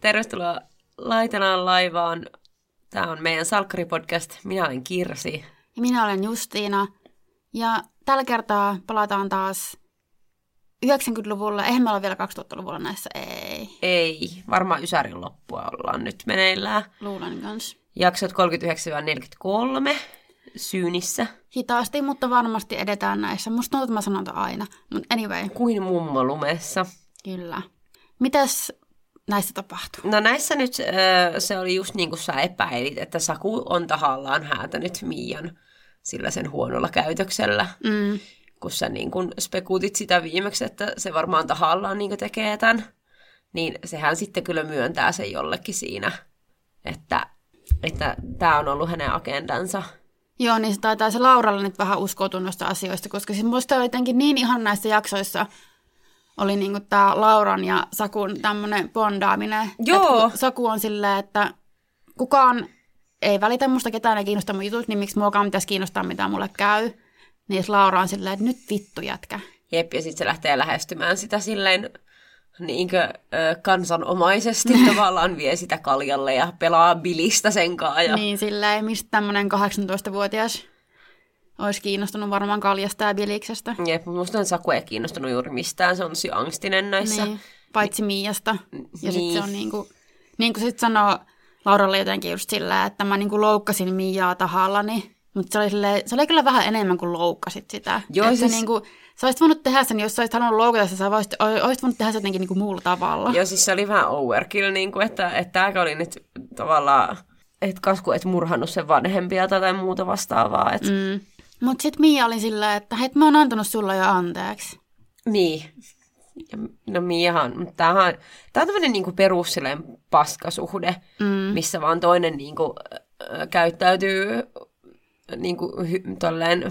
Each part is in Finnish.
Tervetuloa Laitetaan laivaan. Tämä on meidän salkkaripodcast. Minä olen Kirsi. Ja minä olen Justiina. Ja tällä kertaa palataan taas 90-luvulla. Eihän me olla vielä 2000-luvulla näissä, ei. Ei, varmaan Ysärin loppua ollaan nyt meneillään. Luulen kans. Jaksot 39-43 syynissä. Hitaasti, mutta varmasti edetään näissä. Musta tuntuu, että mä sanon aina. Mutta anyway. Kuin mummo lumessa. Kyllä. Mitäs näissä tapahtuu? No näissä nyt se oli just niin kuin sä epäilit, että Saku on tahallaan häätänyt Miian sillä sen huonolla käytöksellä. Kun sä niin kuin spekuutit sitä viimeksi, että se varmaan tahallaan niin kuin tekee tämän. Niin sehän sitten kyllä myöntää sen jollekin siinä, että tämä on ollut hänen agendansa. Joo, niin se taitaa se Lauralla nyt vähän uskoutua noista asioista, koska siis musta oli jotenkin niin ihan näissä jaksoissa oli niinku tää Lauran ja Sakun tämmönen bondaaminen. Joo. Saku on silleen, että kukaan ei välitä musta, ketään ei kiinnosta mun jutut, niin miksi muokaan pitäisi kiinnostaa, mitä mulle käy. Niin Laura on silleen, että nyt vittu jätkä. Jep, ja sitten se lähtee lähestymään sitä silleen niinkö kansanomaisesti tavallaan vie sitä kaljalle ja pelaa bilistä sen kanssa. Ja... Niin silleen, mistä tämmönen 18-vuotias olisi kiinnostunut varmaan kaljasta ja biliksestä. Jep, musta Saku ei kiinnostunut juuri mistään, se on tosi angstinen näissä. Niin, paitsi Miiasta. Ja niin. sitten se on niin kuin sit sanoo Lauralle jotenkin just silleen, että mä niinku loukkasin Miiaa tahallani. Mutta se oli kyllä vähän enemmän kuin loukkasit sitä. Joo, että siis... sä olisit voinut tehdä sen, jos sä olisit halunnut loukata sitä, sä olisit voinut tehdä sen jotenkin niinku muulla tavalla. Joo, siis se oli vähän overkill, niinku, että tämäkö oli nyt tavallaan, että Kasku et murhannut sen vanhempia tai muuta vastaavaa. Mutta sitten Miia oli silleen, että hei, mä oon antanut sulle jo anteeksi. Niin. No Miahan, tämä on tämmöinen niinku perus paskasuhde, missä vaan toinen niinku, käyttäytyy niinku, tolleen,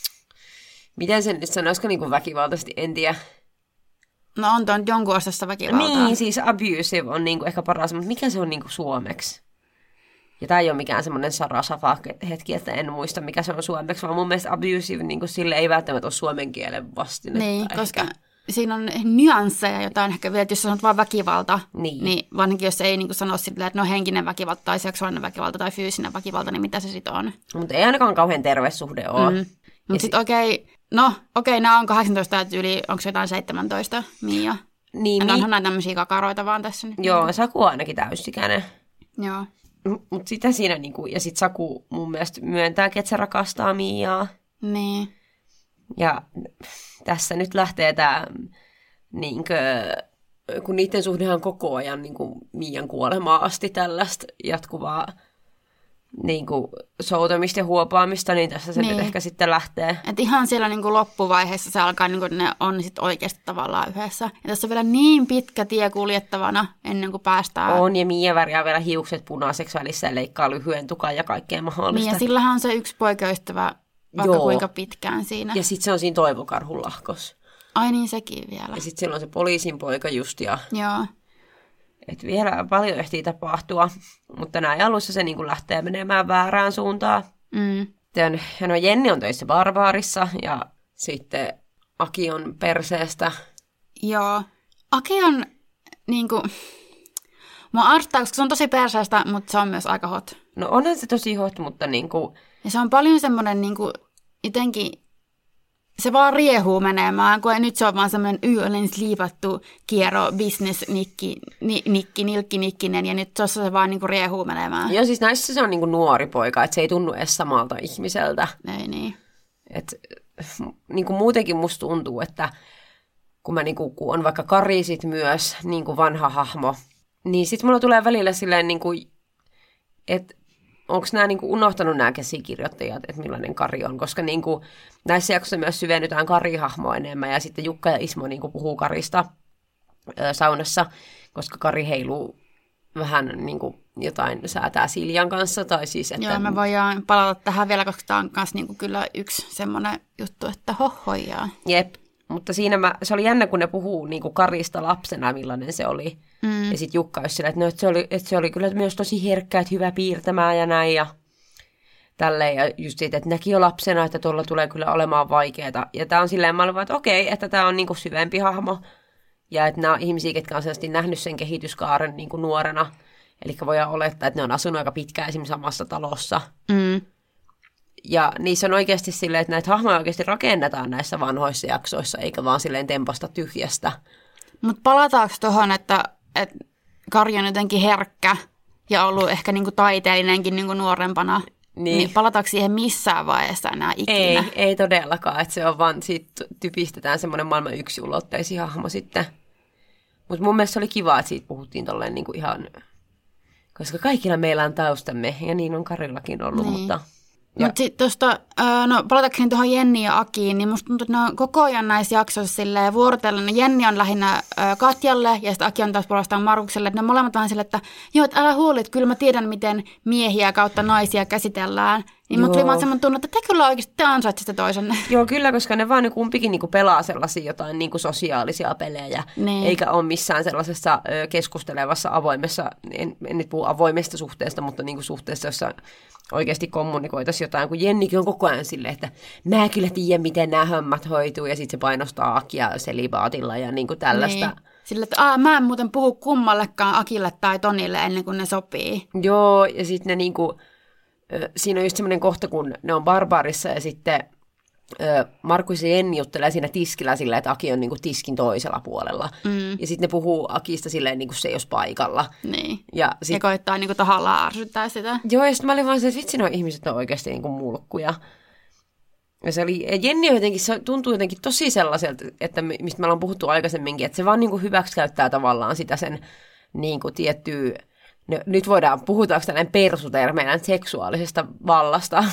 miten sen nyt sanoisiko niinku väkivaltaisesti, en tiedä. No on tuon jonkun osassa väkivaltaa. Niin, siis abusive on niinku ehkä paras, mutta mikä se on niinku suomeksi? Ja tämä ei ole mikään semmoinen sarasafa-hetki, että en muista, mikä se on suomeksi, vaan mun mielestä abusive niin sille ei välttämättä ole suomen kielen vastinetta. Niin, koska siinä on nyansseja jotain ehkä vielä, että jos sanot vaan väkivalta, niin varsinkin jos ei niin sano silleen, että no henkinen väkivalta tai seksuaalinen väkivalta tai fyysinen väkivalta, niin mitä se sitten on? Mutta ei ainakaan kauhean terve suhde ole. Mutta sitten okei, nämä on 18 ja yli, onko se jotain 17, Miia? Niin, onhan näitä tämmöisiä kakaroita vaan tässä nyt. Joo, Saku on ainakin täysikäinen. Joo. Mutta sitä siinä, niinku, ja sitten Saku mun mielestä myöntääkin, että se rakastaa Miiaa. Niin. Ja tässä nyt lähtee tämä, niinkö, kun niiden suhdehan koko ajan niinku, Miian kuolemaa asti tällaista jatkuvaa niinku, soutamista ja huopaamista, niin tässä se nyt ehkä sitten lähtee. Et ihan siellä niinku loppuvaiheessa se alkaa, niinku, ne on sit oikeasti tavallaan yhdessä. Ja tässä on vielä niin pitkä tie kuljettavana ennen kuin päästään. On, ja Miia värjää vielä hiukset punaiseksi välissä ja leikkaa lyhyen tukan ja kaikkea mahdollista. Niin, ja sillähän on se yksi poikaystävä vaikka kuinka pitkään siinä. Ja sitten se on siinä Toivokarhun lahkos. Ai niin, sekin vielä. Ja sitten siellä on se poliisin poika just ja... Joo. Että vielä paljon ehtii tapahtua, mutta näin alussa se niin kuin lähtee menemään väärään suuntaan. No Jenni on töissä Barbaarissa ja sitten Aki on perseestä. Joo. Aki on niinku... Mua arvostaa, koska se on tosi perseestä, mutta se on myös aika hot. No onhan se tosi hot, mutta niinku... Ja se on paljon semmoinen niinku jotenkin... Se vaan riehuu menemään, kun nyt se on vaan semmoinen olen liipattu kiero business nilkkinikkinen, ja nyt tuossa se vaan niinku riehuu menemään. Joo, siis näissä se on niinku nuori poika, että se ei tunnu edes samalta ihmiseltä. Ei niin. Et niinku muutenkin musta tuntuu, että kun mä niinku, kun on vaikka Kari sit myös niinku vanha hahmo, niin sit mulla tulee välillä silleen niinku, että onko nämä niinku unohtanut nämä käsikirjoittajat, että millainen Kari on, koska niinku, näissä jaksoissa myös syvennytään Kari-hahmoa enemmän, ja sitten Jukka ja Ismo niinku puhuu Karista saunassa, koska Kari heiluu vähän niinku jotain säätää Siljan kanssa. Tai siis, että... Joo, me voidaan palata tähän vielä, koska tämä on myös niinku kyllä yksi semmoinen juttu, että hohojaa. Jep, mutta siinä se oli jännä, kun ne puhuu niinku Karista lapsena, millainen se oli. Ja sitten Jukka olisi sillä, että, no, että se oli kyllä myös tosi herkkä, että hyvä piirtämään ja näin. Ja tälleen, ja just siitä, että näki jo lapsena, että tuolla tulee kyllä olemaan vaikeaa. Ja tämä on silleen, mä olin vaan, että okei, että tämä on niinku syvempi hahmo. Ja että nämä on ihmisiä, ketkä on selvästi nähnyt sen kehityskaaren niin kuin nuorena. Eli voidaan olettaa, että ne on asunut aika pitkään esimerkiksi samassa talossa. Ja niissä on oikeasti silleen, että näitä hahmoja oikeasti rakennetaan näissä vanhoissa jaksoissa, eikä vaan silleen temposta tyhjästä. Mutta palataanko tuohon, että Kari on jotenkin herkkä ja ollut ehkä niinku taiteellinenkin niinku nuorempana? Niin palataanko siihen missään vaiheessa enää ikinä? Ei todellakaan, että se on vaan, siitä typistetään semmoinen maailman yksiotteisin hahmo sitten. Mutta mun mielestä se oli kiva, että siitä puhuttiin tolleen niinku ihan, koska kaikilla meillä on taustamme, ja niin on Karillakin ollut, mutta... Mutta sitten tuosta, palatakseni tuohon Jenni ja Akiin, niin musta tuntuu, että ne on koko ajan näissä jaksoissa silleen vuorotellen. Jenni on lähinnä Katjalle ja sitten Aki on taas puolestaan Markukselle. Että ne molemmat vähän silleen, että joo, että älä huoli, että kyllä mä tiedän, miten miehiä kautta naisia käsitellään. Niin mut tuli vaan semmoinen tunne, että te kyllä oikeasti te ansaitsitte toisenne. Joo, kyllä, koska ne vaan kumpikin niinku pelaa sellaisia jotain niinku sosiaalisia pelejä, eikä ole missään sellaisessa keskustelevassa avoimessa, en nyt puhu avoimesta suhteesta, mutta niinku suhteessa, jossa oikeasti kommunikoitaisiin jotain, kun Jennikin on koko ajan silleen, että mä kyllä tiedän, miten nämä hommat hoituu, ja sitten se painostaa Akia selibaatilla ja niinku tällaista. Niin. Sillä, että mä en muuten puhu kummallekaan Akille tai Tonille ennen kuin ne sopii. Joo, ja sitten ne niinku... Siinä on just semmoinen kohta, kun ne on barbaarissa ja sitten Markus ja Jenni juttelee siinä tiskillä silleen, että Aki on niinku tiskin toisella puolella. Ja sitten ne puhuu Akista silleen, niin kuin se ei olisi paikalla. Niin. Ja koittaa niinku tahallaan ärsyttää sitä. Joo, ja sitten mä olin vaan se, että vitsi, nuo ihmiset on oikeasti niinku mulkkuja. Ja se oli, Jenni on jotenkin, se tuntuu jotenkin tosi sellaiselta, että mistä me ollaan puhuttu aikaisemminkin, että se vaan niinku hyväksi käyttää tavallaan sitä sen niinku tiettyä... Nyt puhutaanko tällainen persutermeinä seksuaalisesta vallasta.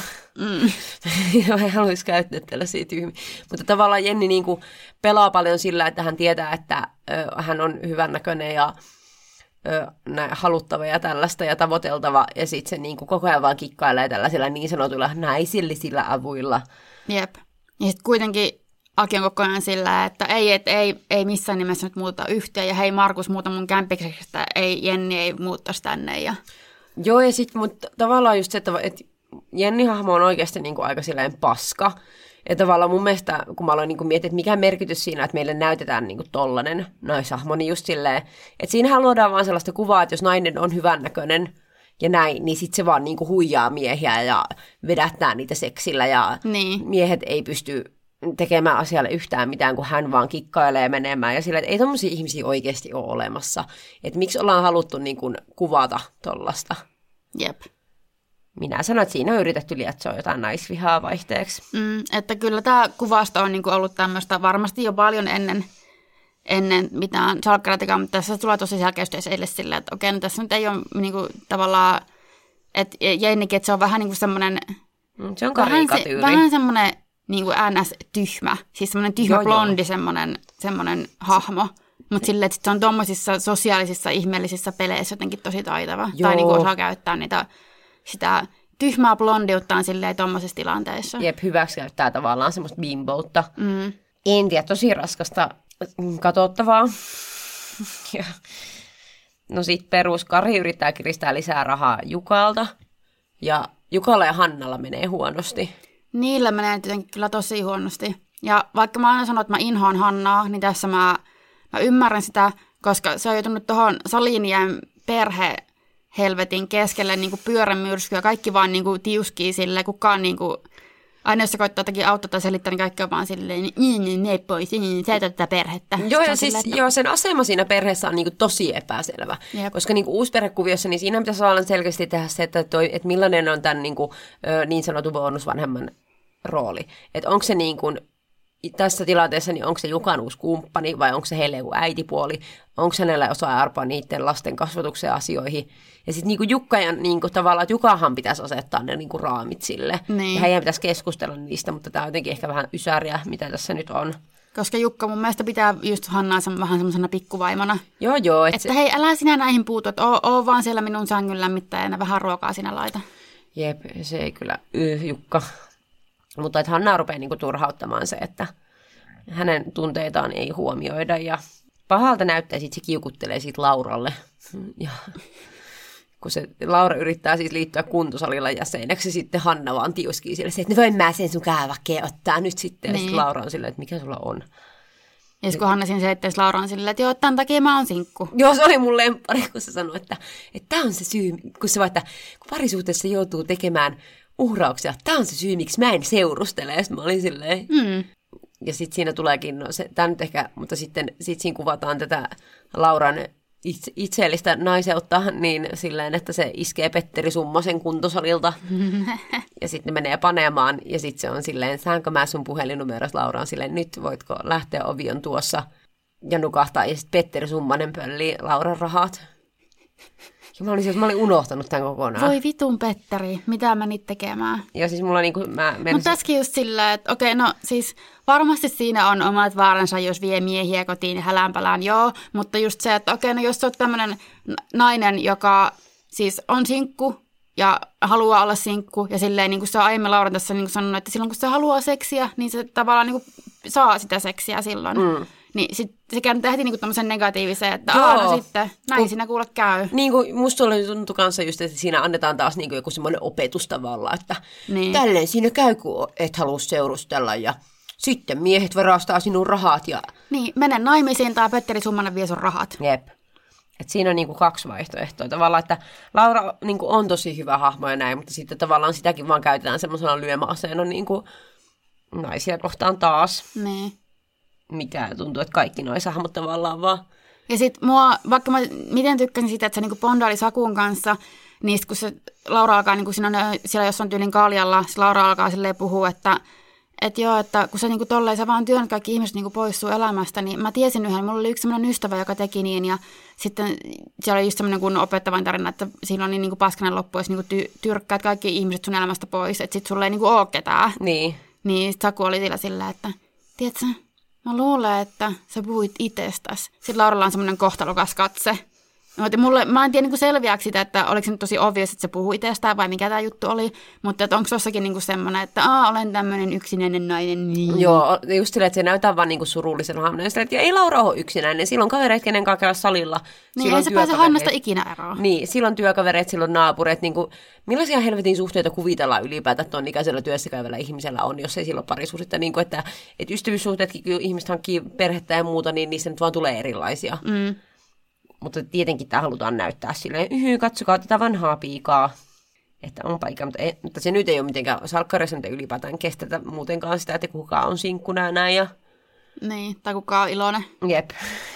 Mä en haluaisi käyttää tällaisia tyhmiä. Mutta tavallaan Jenni niinku pelaa paljon sillä, että hän tietää, että hän on hyvännäköinen ja haluttava ja tällaista ja tavoiteltava. Ja sitten se niinku koko ajan vaan kikkailee tällaisilla niin sanotuilla naisillisilla avuilla. Jep. Ja sitten kuitenkin Aki on koko ajan sillä, että ei missään nimessä nyt muuta yhtiä, ja hei Markus, muuta mun kämpiksestä, ei Jenni ei muuttaisi tänne. Ja... Joo, ja sitten mutta tavallaan just se, että Jenni-hahmo on oikeasti niinku aika silleen paska. Ja tavallaan mun mielestä, kun mä aloin niinku miettiä, että mikä merkitys siinä, että meille näytetään niinku tollanen naishahmo, niin just silleen, että siinähän luodaan vaan sellaista kuvaa, että jos nainen on hyvännäköinen ja näin, niin sitten se vaan niinku huijaa miehiä ja vedättää niitä seksillä, ja miehet ei pysty tekemään asialle yhtään mitään, kun hän vaan kikkailee menemään. Ja sillä, että ei tommosia ihmisiä oikeasti ole olemassa. Että miksi ollaan haluttu niin kuin kuvata tollasta? Jep. Minä sanoin, että siinä on yritetty lietsoa jotain naisvihaa vaihteeksi. Että kyllä tämä kuvasto on niin kuin ollut tämmöistä varmasti jo paljon ennen mitään salkkaratekaan, mutta tässä tulee tosi selkeästi esille silleen, että okei, no tässä nyt ei ole niin kuin, tavallaan, että Jennikin, että se on vähän niin kuin semmoinen... Se on karikatyyri. Vähän semmoinen... niin kuin NS-tyhmä, siis semmoinen tyhmä blondi semmoinen hahmo, mutta silleen, että se on tuommoisissa sosiaalisissa ihmeellisissä peleissä jotenkin tosi taitava. Tai niin kuin osaa käyttää sitä tyhmää blondiuttaan silleen tuommoisissa tilanteissa. Jep, hyväksi käyttää tavallaan semmoista bimboutta. En tiedä, tosi raskasta katsottavaa. No sit perus Kari yrittää kiristää lisää rahaa Jukalta, ja Jukalla ja Hannalla menee huonosti. Niillä menee jotenkin kyllä tosi huonosti. Ja vaikka mä aina sanon, että mä inhoan Hannaa, niin tässä mä ymmärrän sitä, koska se on joutunut tuohon Salinien perhehelvetin keskelle niin kuin pyörämyrsky, ja kaikki vaan niin kuin tiuskii silleen, kukaan niin kuin, aina jos se koittaa jotakin auttaa tai selittää, niin kaikki on vaan silleen, ne pois, sä et tätä perhettä. Joo, ja siis sen asema siinä perheessä on niinku tosi epäselvä. Jep. Koska niinku uusperhekuviossa, niin siinä pitäisi olla selkeästi tehdä se, että millainen on tämän niinku, niin sanotun bonusvanhemman rooli. Että onko se niinku, tässä tilanteessa, niin onko se Jukan uusi kumppani vai onko se heille joku äitipuoli? Onko hänellä osaa arpaa niiden lasten kasvatuksen asioihin? Ja sitten niinku Jukka ja niinku, tavallaan, että Jukahan pitäisi asettaa ne niinku raamit sille. Niin. Ja heidän pitäisi keskustella niistä, mutta tämä on jotenkin ehkä vähän ysäriä, mitä tässä nyt on. Koska Jukka mun mielestä pitää just Hannaa vähän semmoisena pikkuvaimona. Joo. Että hei, älä sinä näihin puutu, että oo vaan siellä minun sängyn lämmittäjänä, vähän ruokaa sinä laita. Jep, se ei kyllä Jukka. Mutta että Hanna rupeaa niinku turhauttamaan se, että hänen tunteitaan ei huomioida, ja pahalta näyttää, että se kiukuttelee siitä Lauralle. Ja kun se Laura yrittää siis liittyä kuntosalilla jäseneksi, sitten Hanna vaan tiuskii sille, että voin mä sen sun kääväkkeen ottaa nyt sitten. Niin. Ja sitten Laura on silleen, että mikä sulla on. Ja kun Hanna siinä selittäisi Lauraan silleen, että joo, tämän takia mä oon sinkku. Joo, se oli mun lemppari, kun se sanoi, että tämä on se syy, kun se että kun parisuhteessa joutuu tekemään uhrauksia, tämä on se syy, miksi mä en seurustele. Ja sitten mä olin silleen. Ja sitten siinä tuleekin, no se, tämä nyt ehkä, mutta sitten siinä kuvataan tätä Lauran itseellistä naiseutta niin silleen, että se iskee Petteri Summosen kuntosalilta. Ja sitten ne menee panemaan ja sitten se on silleen, saankö mä sun puhelinnumeros Lauraan silleen, nyt voitko lähteä, ovi on tuossa ja nukahtaa. Ja sitten Petteri Summonen pöllii Lauran rahat. Ja mä olin unohtanut tämän kokonaan. Voi vitun Petteri, mitä mä nyt tekemään? Ja siis mulla niinku, Mutta tässäkin just silleen, että okei, no siis varmasti siinä on omat vaaransa, jos vie miehiä kotiin ja hälänpälään, joo. Mutta just se, että okei, no jos sä oot tämmönen nainen, joka siis on sinkku ja haluaa olla sinkku, ja silleen niin kuin se on aiemmin Laura tässä niin kuin sanonut, että silloin kun se haluaa seksiä, niin se tavallaan niin kuin saa sitä seksiä silloin. Niin sit se kääntää heti niinku tämmöisen negatiivisen, että no sitten, näin siinä kuule käy. Niin kuin musta tuntui kanssa just, että siinä annetaan taas niinku joku semmoinen opetus tavallaan, että tälleen siinä käy, kun et halua seurustella ja sitten miehet varastaa sinun rahat. Ja niin, mene naimisiin tai Petteri Summonen vie sun rahat. Jep. Et siinä on niinku 2 vaihtoehtoa. Tavallaan, että Laura niinku on tosi hyvä hahmo ja näin, mutta sitten tavallaan sitäkin vaan käytetään semmoisena lyömäaseena niinku naisia kohtaan taas. Niin. Mikä tuntuu, että kaikki naishahmot tavallaan vaan. Ja sit mua, vaikka mä miten tykkäsin sitä, että se niinku bondaili Sakun kanssa, niin kun se Laura alkaa, niinku siellä jossain tyylin kaljalla, se Laura alkaa silleen puhua, että joo, että kun sä niinku tolleen, sä vaan työnnät kaikki ihmiset niinku pois sun elämästä, niin mä tiesin yhden, mulla oli yksi sellainen ystävä, joka teki niin, ja sitten siellä oli just semmoinen kun opettavan tarina, että siinä on niin niinku paskanen loppu, jos niinku tyrkkäät kaikki ihmiset sun elämästä pois, että sit sulla ei niinku oo ketään. Niin Saku oli sillä, että tiedätkö, mä luulen, että sä puhuit itsestäsi. Sitten Lauralla on semmoinen kohtalokas katse. Mä en tiedä niin selviääkö sitä, että oliko se nyt tosi obvious, että se puhuu itsestään vai mikä tämä juttu oli. Mutta onko tossakin niin semmoinen, että olen tämmöinen yksinäinen nainen. Niin. Joo, just silleen, että se näyttää vaan niin surullisen hahmon. Että ei Laura ole yksinäinen. Silloin kavereet, kenen kanssa käydä salilla. Niin, ei se pääse Hannasta ikinä eroon. Niin, silloin työkavereet, silloin naapureet. Niin kuin, millaisia helvetin suhteita kuvitellaan ylipäätään, että on ikäisellä työssä käyvällä ihmisellä on, jos ei silloin parisuhdetta. Niin kuin, että ystävyyssuhteetkin, kun ihmiset hankkii perhettä ja muuta, niin niissä nyt vaan tulee erilaisia. Mutta tietenkin tämä halutaan näyttää silleen, katsokaa tätä vanhaa piikaa. Että onpa ikä, mutta se nyt ei ole mitenkään, salkkareissa nyt ei ylipäätään kestetä muutenkaan sitä, että kuka on sinkkuna näin. Ja niin, tai kuka on iloinen. Jep.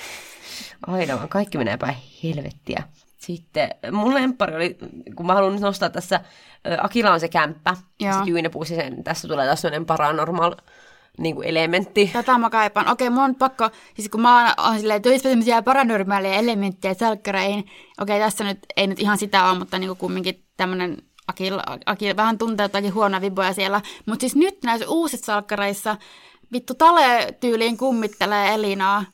Aina vaan, kaikki menee päin helvettiä. Sitten mun lemppari oli, kun mä haluan nostaa tässä, Akilla on se kämppä, sitten Jyynäpuusi, tässä tulee taas sellainen paranormal niin kuin elementti. Tätä mä kaipaan. Okei, mun on pakko, siis kun mä oon silleen, että olisipa sellaisia paranormaaleja elementtejä salkkareihin. Okei, tässä nyt ei nyt ihan sitä ole, mutta niin kuin kumminkin tämmönen Akil vähän tuntee jotakin huonoa viboja siellä. Mutta siis nyt näissä uusissa salkkareissa vittu Tale-tyyliin kummittelee Elinaa.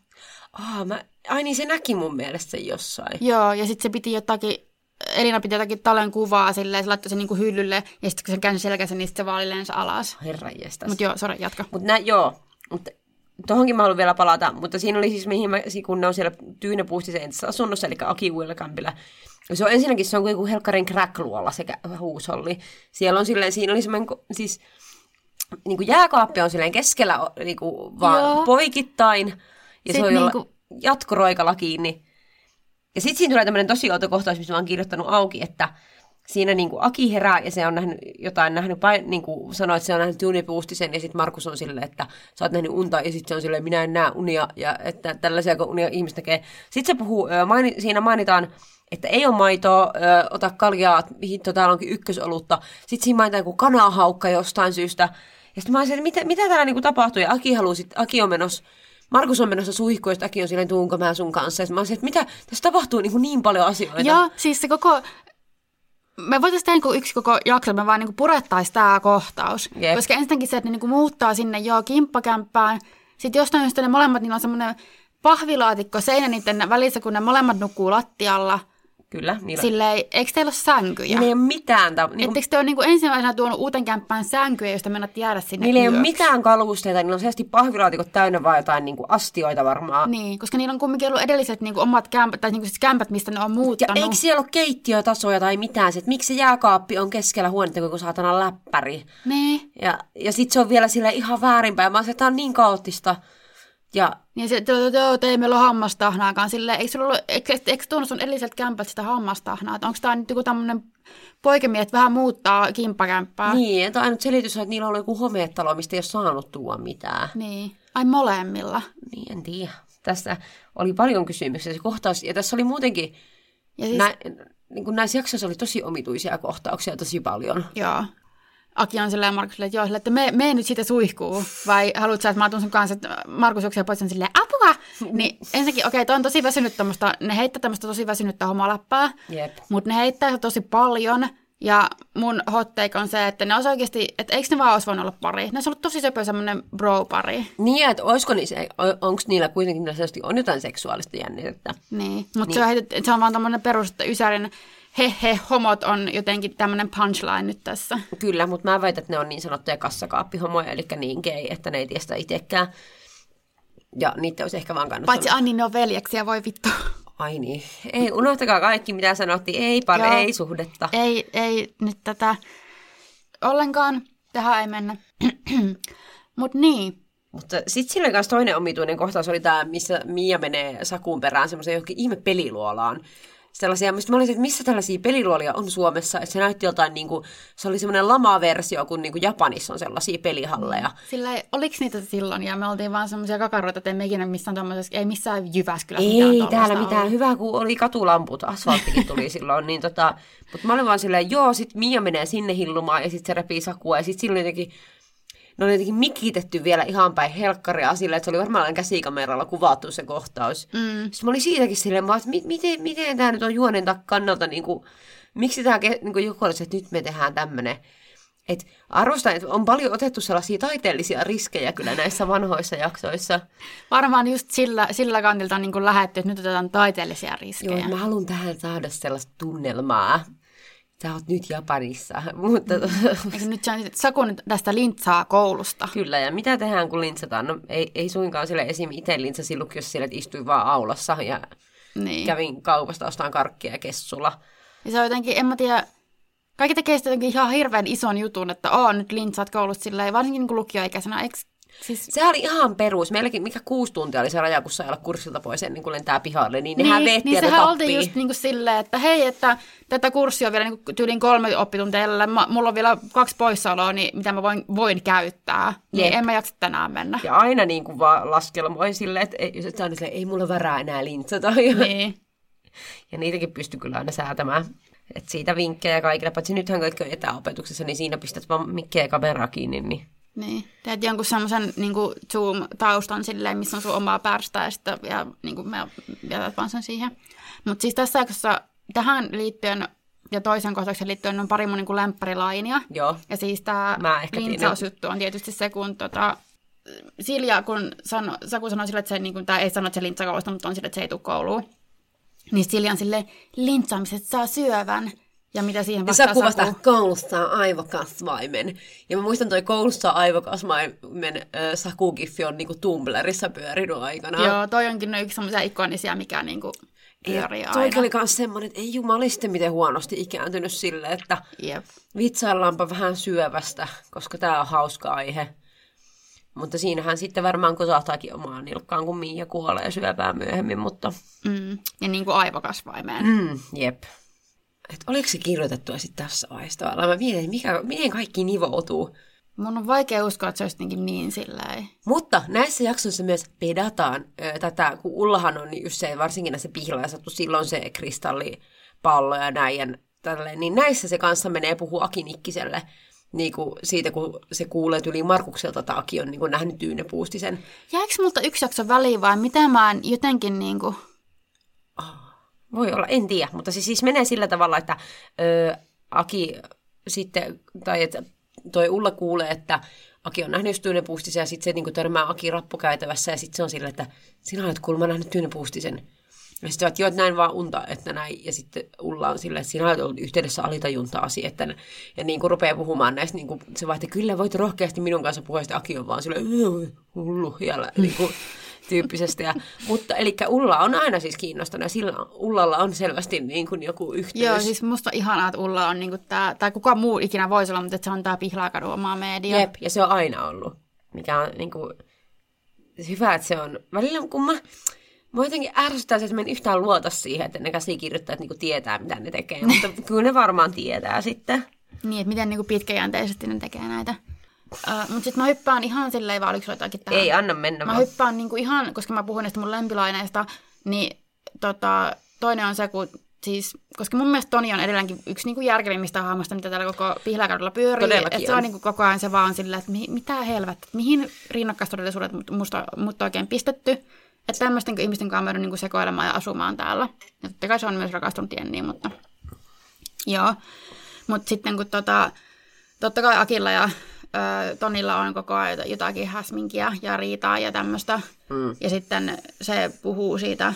Ai niin, se näki mun mielestä sen jossain. Joo, ja sitten se piti Elina piti jotakin Talen kuvaa silleen, se laittoi sen niinku hyllylle, ja sitten kun se käänsi selkänsä, niin se vaan lensi alas. Herranjestas. Mutta joo, sori, jatka. Mutta tohonkin mä haluan vielä palata, mutta siinä oli siis, kun ne on siellä Tyynäpuustisen entisessä asunnossa, eli Aki uudella kämpillä. Se on ensinnäkin, se on kuin joku helkkarin crack-luola se huusholli. Siellä on silleen, siinä oli semmoinen, siis niin kuin jääkaappi on silleen keskellä niin kuin vaan poikittain, ja sit se on niinku jatkoroikalla kiinni. Ja sitten siinä tulee tämmöinen tosi outo kohtaus, missä mä oon kirjoittanut auki, että siinä niin kuin Aki herää ja se on nähnyt niin kuin sanoi, että se on nähnyt Tyynäpuustisen ja sitten Markus on silleen, että sä oot nähnyt unta ja sitten se on silleen, minä en näe unia ja että tällaisia unia ihmiset tekee. Sitten se puhuu, siinä mainitaan, että ei ole maitoa, ota kaljaa, hitto, täällä onkin ykkösolutta. Sitten siinä mainitaan joku kanahaukka jostain syystä. Ja sitten mä olisin, että mitä täällä niin kuin tapahtuu ja Aki on menossa. Markus on menossa suihkuun, ja Aki on silleen, tuunko mä sun kanssa. Ja mä olisin, että mitä, tässä tapahtuu niin paljon asioita. Joo, siis se koko, me voitaisiin tehdä yksi koko jakso, me vaan purettaisiin tämä kohtaus. Yep. Koska ensinnäkin se, että ne muuttaa sinne kimppakämppään. Sitten jostain syystä ne molemmat, niillä on semmoinen pahvilaatikko seinä niiden välissä, kun ne molemmat nukkuu lattialla. Kyllä. Silleen, eikö teillä ole sänkyjä? Niillä ei ole mitään. Etteikö te ole ensimmäisenä tuonut uuden kämppään sänkyjä, josta mennät jäädä sinne niillä ei ole mitään kalusteita, niillä on selvästi pahvilaatikot täynnä vaan jotain astioita varmaan. Niin, koska niillä on kumminkin ollut edelliset omat kämpät, tai siis kämpät, mistä ne on muuttanut. Ja eikö siellä ole keittiötasoja tai mitään? Että miksi se jääkaappi on keskellä huonetta, kun saatana läppäri? Niin. Ja sitten se on vielä sille ihan väärinpäin. Mä oon se, että tämä on niin kaoottista. Ja niin se, että ei meillä ole hammastahnaakaan. Silleen, eikö tuonut sun edelliseltä kämpältä sitä hammastahnaa? Onko tämä nyt joku tämmöinen poikemie, että vähän muuttaa kimppakämppää? Niin, että ainut selitys on, että niillä on joku homeetalo, mistä ei ole saanut tuoda mitään. Niin, ai molemmilla. Niin, en tiedä. Tässä oli paljon kysymyksiä se kohtaus, ja tässä oli muutenkin, ja siis, niin näissä jaksoissa oli tosi omituisia kohtauksia tosi paljon. Joo. Aki on silleen Markusille, että joo, että me nyt siitä suihkuu. Vai haluatko sä, että mä tuun sun kanssa, että Markus juoksee pois silleen, apua! Niin ensinnäkin, okei, toi on tosi väsynyt tommoista, ne heittää tämmöistä tosi väsynyttä homoläppää. Mutta ne heittää sitä tosi paljon. Ja mun hot take on se, että ne olisi oikeasti, että eikö ne vaan olisi voinut olla pari? Ne olisi ollut tosi söpö semmoinen bro-pari. Niin, että onko niillä kuitenkin on jotain seksuaalista jännitettä? Niin, mutta se on vaan tämmöinen perus, että Ysärin homot on jotenkin tämmöinen punchline nyt tässä. Kyllä, mutta mä väitän, että ne on niin sanottuja kassakaappihomoja, eli niin gay, että ne ei tiedä sitä itsekään. Ja niitä olisi ehkä vaan kannattanut. Paitsi Anni, ne on veljeksiä, voi vittu. Ai niin. Ei, unohtakaa kaikki, mitä sanottiin. Ei ei suhdetta. Ei nyt tätä ollenkaan. Tähän ei mennä. Mut niin. Mutta sitten sillä kanssa toinen omituinen kohtaus oli tämä, missä Mia menee Sakuun perään semmoiseen johonkin ihme peliluolaan. Sellaisia, mistä mä olisin, että missä tällaisia peliluolia on Suomessa, että se näytti jotain, niin kuin, se oli semmoinen lama-versio, kun niin kuin Japanissa on sellaisia pelihalleja. Sillä oliko niitä silloin, ja me oltiin vaan semmoisia kakaroita, että emme ikinä missään tommosessa, ei missään Jyväskylässä ei täällä mitään ollut. Hyvää, kun oli katulamput, asfalttikin tuli silloin, niin mutta mä olin vaan silleen, joo, sit Mia menee sinne hillumaan, ja sit se repii Sakua, ja sit silloin jotenkin, ne oli jotenkin mikitetty vielä ihan päin helkkaria sille, että se oli varmaan käsikameralla kuvattu se kohtaus. Sitten mä olin siitäkin silleen, että miten tämä nyt on juonen kannalta, niin kuin, miksi tämä niin joku olisi, että nyt me tehdään tämmöinen. Että arvostan, että on paljon otettu sellaisia taiteellisia riskejä kyllä näissä vanhoissa jaksoissa. Varmaan just sillä kantilta on niin kuin lähdetty, että nyt otetaan taiteellisia riskejä. Joo, mä haluan tähän saada sellaista tunnelmaa. Sä oot nyt Japanissa. Mutta nyt Saku nyt tästä lintsaa koulusta. Kyllä, ja mitä tehdään, kun lintsataan? No ei suinkaan sille esim. Itse lintsasin lukiossa sille, että istuin vaan aulassa ja kävin kaupasta ostamaan karkkia ja kessulla. Ja se on jotenkin, en mä tiedä, kaikki tekee sitä jotenkin ihan hirveän ison jutun, että nyt lintsaat koulusta silleen, varsinkin niin lukioikäisenä, eikö? Siis se oli ihan perus. Meilläkin, mikä 6 tuntia oli se raja, kun sai olla kurssilta pois ennen kuin lentää pihalle, niin nehän veettiin ja sehän oltiin just niin kuin silleen, että hei, että tätä kurssia on vielä niin kuin tyyliin 3 oppituntia, mulla on vielä 2 poissaoloa, niin mitä mä voin käyttää. Niin en mä jaksa tänään mennä. Ja aina niin kuin vaan laskelmoin silleen, että ei mulla varaa enää lintsata. Niin. Ja niitäkin pystyi kyllä aina säätämään. Että siitä vinkkejä kaikille, paitsi nythän kaikki on etäopetuksessa, niin siinä pistät vaan mikkiä ja kameraa kiinni, Niin, teet jonkun semmoisen niin Zoom-taustan silleen, missä on sun omaa pärstää ja sitten niin me jätät vaan sen siihen. Mutta siis tässä jaksossa tähän liittyen ja toisen kohtauksen liittyen on pari mun niin lämppärilainia. Joo. Ja siis tämä lintsausjuttu on tietysti se, kun Silja, kun Saku sanoi sille, että se ei sano, että se lintsaa koulusta, mutta on sille, että se ei tule kouluun. Niin Silja on silleen, lintsaamiset saa syövän. Ja mitä siihen vastaa Saku vastaa, koulussa aivokasvaimen. Ja mä muistan toi koulussa aivokasvaimen Saku-giffi on niinku Tumblrissa pyörinyt aikana. Joo, toi onkin yksi semmoisia ikonisia, mikä niinku pyörii aina. Toi oli kans semmonen, että ei jumaliste miten huonosti ikääntynyt silleen, että vitsaillaanpa vähän syövästä, koska tää on hauska aihe. Mutta siinähän sitten varmaan kosahtaakin omaan nilkkaan, kun Miia kuolee syöpään myöhemmin, mutta... Ja niinku aivokasvaimeen. Jep. Että oliko se kirjoitettua sitten tässä vaiheessa tavallaan? Mä mietin, miten kaikki nivoutuu. Mun on vaikea uskoa, että se olisi jotenkin niin silleen. Mutta näissä jaksoissa myös pedataan tätä, kun Ullahan on just se, varsinkin näissä pihlaajassa, silloin se kristallipallo ja näin ja tälleen, niin näissä se kanssa menee puhua Aki Nikkiselle. Niin kuin siitä, kun se kuulee yli Markukselta, että Aki on niin kuin nähnyt Tyynepuustisen. Jääkö multa yksi jakso väliin vai mitä mä en jotenkin niin kuin... Voi olla, en tiedä, mutta se siis menee sillä tavalla, että Aki sitten, tai että toi Ulla kuulee, että Aki on nähnyt Tyynepuustisen ja sitten se niin törmää Aki rappukäytävässä ja sitten se on sillä, että sinä olet kuulemma nähnyt Tyynepuustisen. Ja sitten että joo, että näin vaan unta, että näin. Ja sitten Ulla on silleen, että sinä olet ollut yhteydessä alitajuntaasi. Ja niin kuin rupeaa puhumaan näistä, niin kuin se vaihti, kyllä voit rohkeasti minun kanssa puhua, ja Aki on vaan silleen, hullu, ja niin kuin tyyppisesti. Mutta eli Ulla on aina siis kiinnostunut, ja sillä Ullalla on selvästi niin kuin joku yhteys. Joo, siis musta on ihanaa, että Ulla on niin kuin tämä, tai kuka muu ikinä voisi olla, mutta että se on tämä Pihlaakadun oma media. Jep, ja se on aina ollut, mikä on niin kuin... hyvä, että se on. Välillä kun mä jotenkin ärsyttää se, että mä en yhtään luota siihen, että ne käsikirjoittajat niinku tietää, mitä ne tekee. Mutta kyllä ne varmaan tietää sitten. Niin, että miten niinku pitkäjänteisesti ne tekee näitä. Mutta sitten mä hyppään ihan silleen, vaan oliko sulla jotakin tähän? Ei, anna mennä. Mä hyppään niinku ihan, koska mä puhun näistä mun lempilaineista, niin toinen on se, kun siis, koska mun mielestä Toni on edelleenkin yksi niinku järkevimmistä hahmoista, mitä täällä koko Pihlajakadulla pyörii. Että se on niinku koko ajan se vaan silleen, että mitä helvettä, mihin rinnakkaistodellisuudet mut oikein pistetty. Että tämmöisten ihmisten kanssa mä joudun niinku sekoilemaan ja asumaan täällä. Ja totta kai se on myös rakastunut Jenniin, mutta joo. Mutta sitten kun totta kai Akilla ja Tonilla on koko ajan jotakin häsminkiä ja riitaa ja tämmöistä. Ja sitten se puhuu siitä,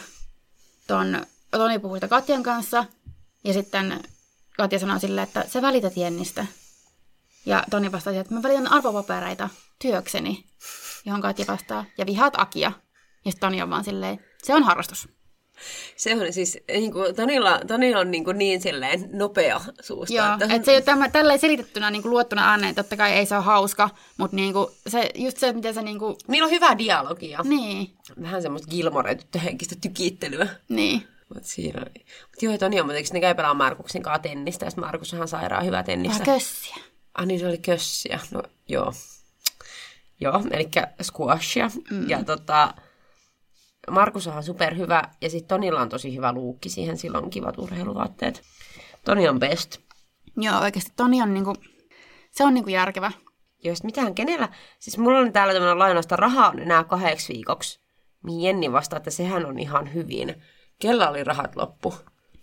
Toni puhuu siitä Katjan kanssa. Ja sitten Katja sanoo silleen, että sä välität Jennistä. Ja Toni vastaa, että mä välitän arvopapereita työkseni, johon Katja vastaa. Ja vihaat Akia. Ja sitten Toni on vaan silleen, se on harrastus. Se on siis, Toni on niin silleen nopea suusta. Joo, että se ei ole tälleen selitettynä luottuna ääneen, totta kai ei se ole hauska, mutta se, just se, miten se niillä on hyvää dialogia. Niin. Vähän semmoista Gilmore-tyttöhenkistä tykittelyä. Niin. Mutta joo, Toni on, mutta ne käy pelaamaan Markuksen kanssa tennistä, ja sitten Markus on ihan sairaan hyvä tennistä. Vähän kössiä. Niin se oli kössiä. No joo. Joo, eli squashia. Ja Markus on superhyvä, ja sitten Tonilla on tosi hyvä luukki siihen, sillä on kivat urheiluvaatteet. Toni on best. Joo, oikeasti Toni on se on järkevä. Joo, sitten mitään kenellä, siis mulla on täällä tämmöinen lainasta rahaa on enää 2 viikoksi, mihin Jenni vastaa, että sehän on ihan hyvin. Kella oli rahat loppu?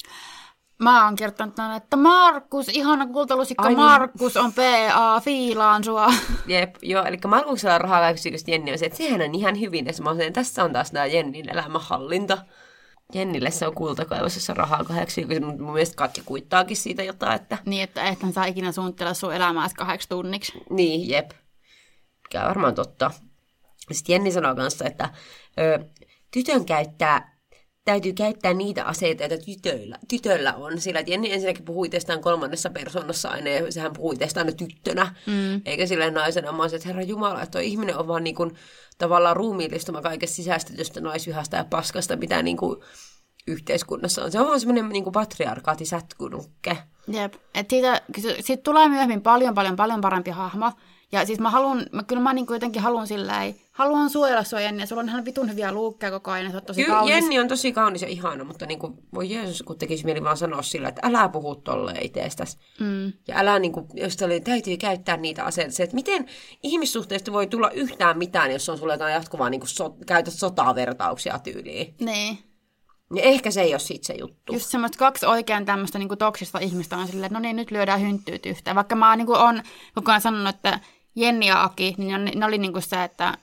Mä oon kertonut, että Markus, ihana kultalusikka, Markus on PA, fiilaan sua. Jep, joo, eli Markuksella on rahaa 2 viikosta, Jenni on se, että sehän on ihan hyvin. Ja mä oon sen, tässä on taas tää Jennin elämänhallinta. Jennille se on kultakaivos, jossa rahaa 8 viikossa, mutta mun mielestä Katja kuittaakin siitä jotain, että... Niin, että ethän saa ikinä suunnittella sun elämää 8 tunniksi. Niin, jep. Mikä on varmaan totta. Sitten Jenni sanoo kanssa, että tytön täytyy käyttää niitä aseita, joita tytöllä on. Sillä että Jenni ensinnäkin puhui itsestään 3. persoonassa aina, ja sehän puhui itsestään aina tyttönä. Eikä silleen naisena. Mä olisin, että herra Jumala, että toi ihminen on vaan tavallaan ruumiillistuma kaikesta sisäistetystä naisvihasta ja paskasta, mitä yhteiskunnassa on. Se on vaan semmoinen patriarkaati sätkynukke. Jep. Että siitä tulee myöhemmin paljon parempi hahmo. Ja siis mä jotenkin haluan suojella sua, Jenni, ja sulla on ihan vitun hyviä luukkeja koko ajan, ja se on tosi kaunis. Jenni on tosi kaunis ja ihana, mutta voi Jeesus, kun tekisi mieli vaan sanoa sillä, että älä puhu tolleen itsestäsi. Ja älä, jos täytyy käyttää niitä aseita, se, että miten ihmissuhteista voi tulla yhtään mitään, jos on sulle jotain jatkuvaa, käytät sotavertauksia tyyliin. Niin. Ja ehkä se ei ole sit se juttu. Just semmoista 2 oikein tämmöistä toksista ihmistä on silleen, että no niin, nyt lyödään hynttyyt yhteen. Vaikka mä oon koko ajan sanonut, että Jenni ja Aki, niin ne oli se, että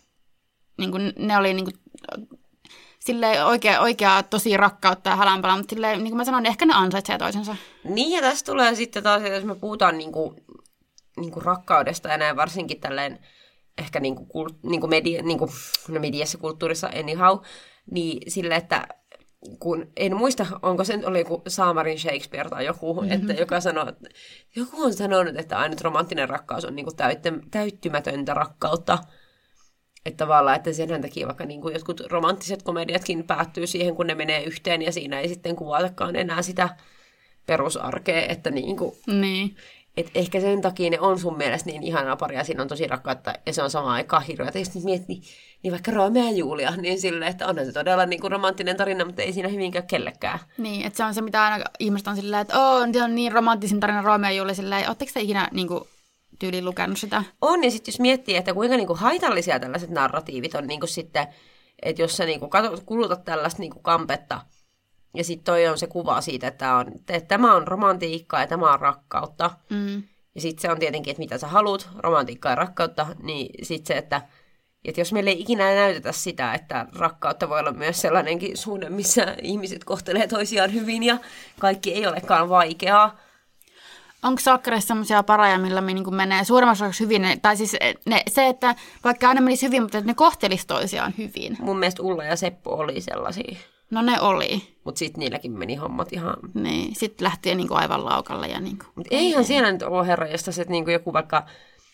ne oli silleen oikea tosi rakkautta ja halänpala, mutta silleen, niin kuin mä sanoin, niin ehkä ne ansaitsee toisensa. Niin, ja tässä tulee sitten taas, jos me puhutaan rakkaudesta ja näin varsinkin tälleen ehkä mediassa, kulttuurissa anyhow, niin silleen, että kun en muista, onko se oli joku Saamarin Shakespeare tai joku, että joku on sanonut, että ainut romanttinen rakkaus on täyttymätöntä rakkautta. Että tavallaan, että sen takia vaikka jotkut romanttiset komediatkin päättyy siihen, kun ne menee yhteen ja siinä ei sitten kuvatakaan enää sitä perusarkea, että Niin. Et ehkä sen takia ne on sun mielestä niin ihanaa paria, siinä on tosi rakkautta ja se on samaan aikaan hirveätä. Jos nyt miettii, niin vaikka Romeo ja Julia, niin silleen, että onhan se todella romanttinen tarina, mutta ei siinä hyvin käy kellekään. Niin, että se on se, mitä aina ihmiset on silleen, että on niin romanttisen tarina Romeo ja Julia, silleen, ootteko te ikinä tyyliin lukenut sitä? On, ja sitten jos miettii, että kuinka haitallisia tällaiset narratiivit on sitten, että jos sä kulutat tällaista kampetta, ja sitten toi on se kuva siitä, että tämä on romantiikkaa ja tämä on rakkautta. Ja sitten se on tietenkin, että mitä sä haluat, romantiikkaa ja rakkautta, niin sitten se, että jos meille ei ikinä näytetä sitä, että rakkautta voi olla myös sellainenkin suhde, missä ihmiset kohtelee toisiaan hyvin ja kaikki ei olekaan vaikeaa. Onko sakkereissa sellaisia pareja, millä me menee suuremmassa osassa hyvin? Tai siis se, että vaikka aina menisi hyvin, mutta että ne kohtelisi toisiaan hyvin. Mun mielestä Ulla ja Seppo oli sellaisia. No ne oli. Mutta sitten niilläkin meni hommat ihan... Niin, sitten lähti aivan laukalle. Ja Mutta eihän siellä nyt ole herranjestas, että joku vaikka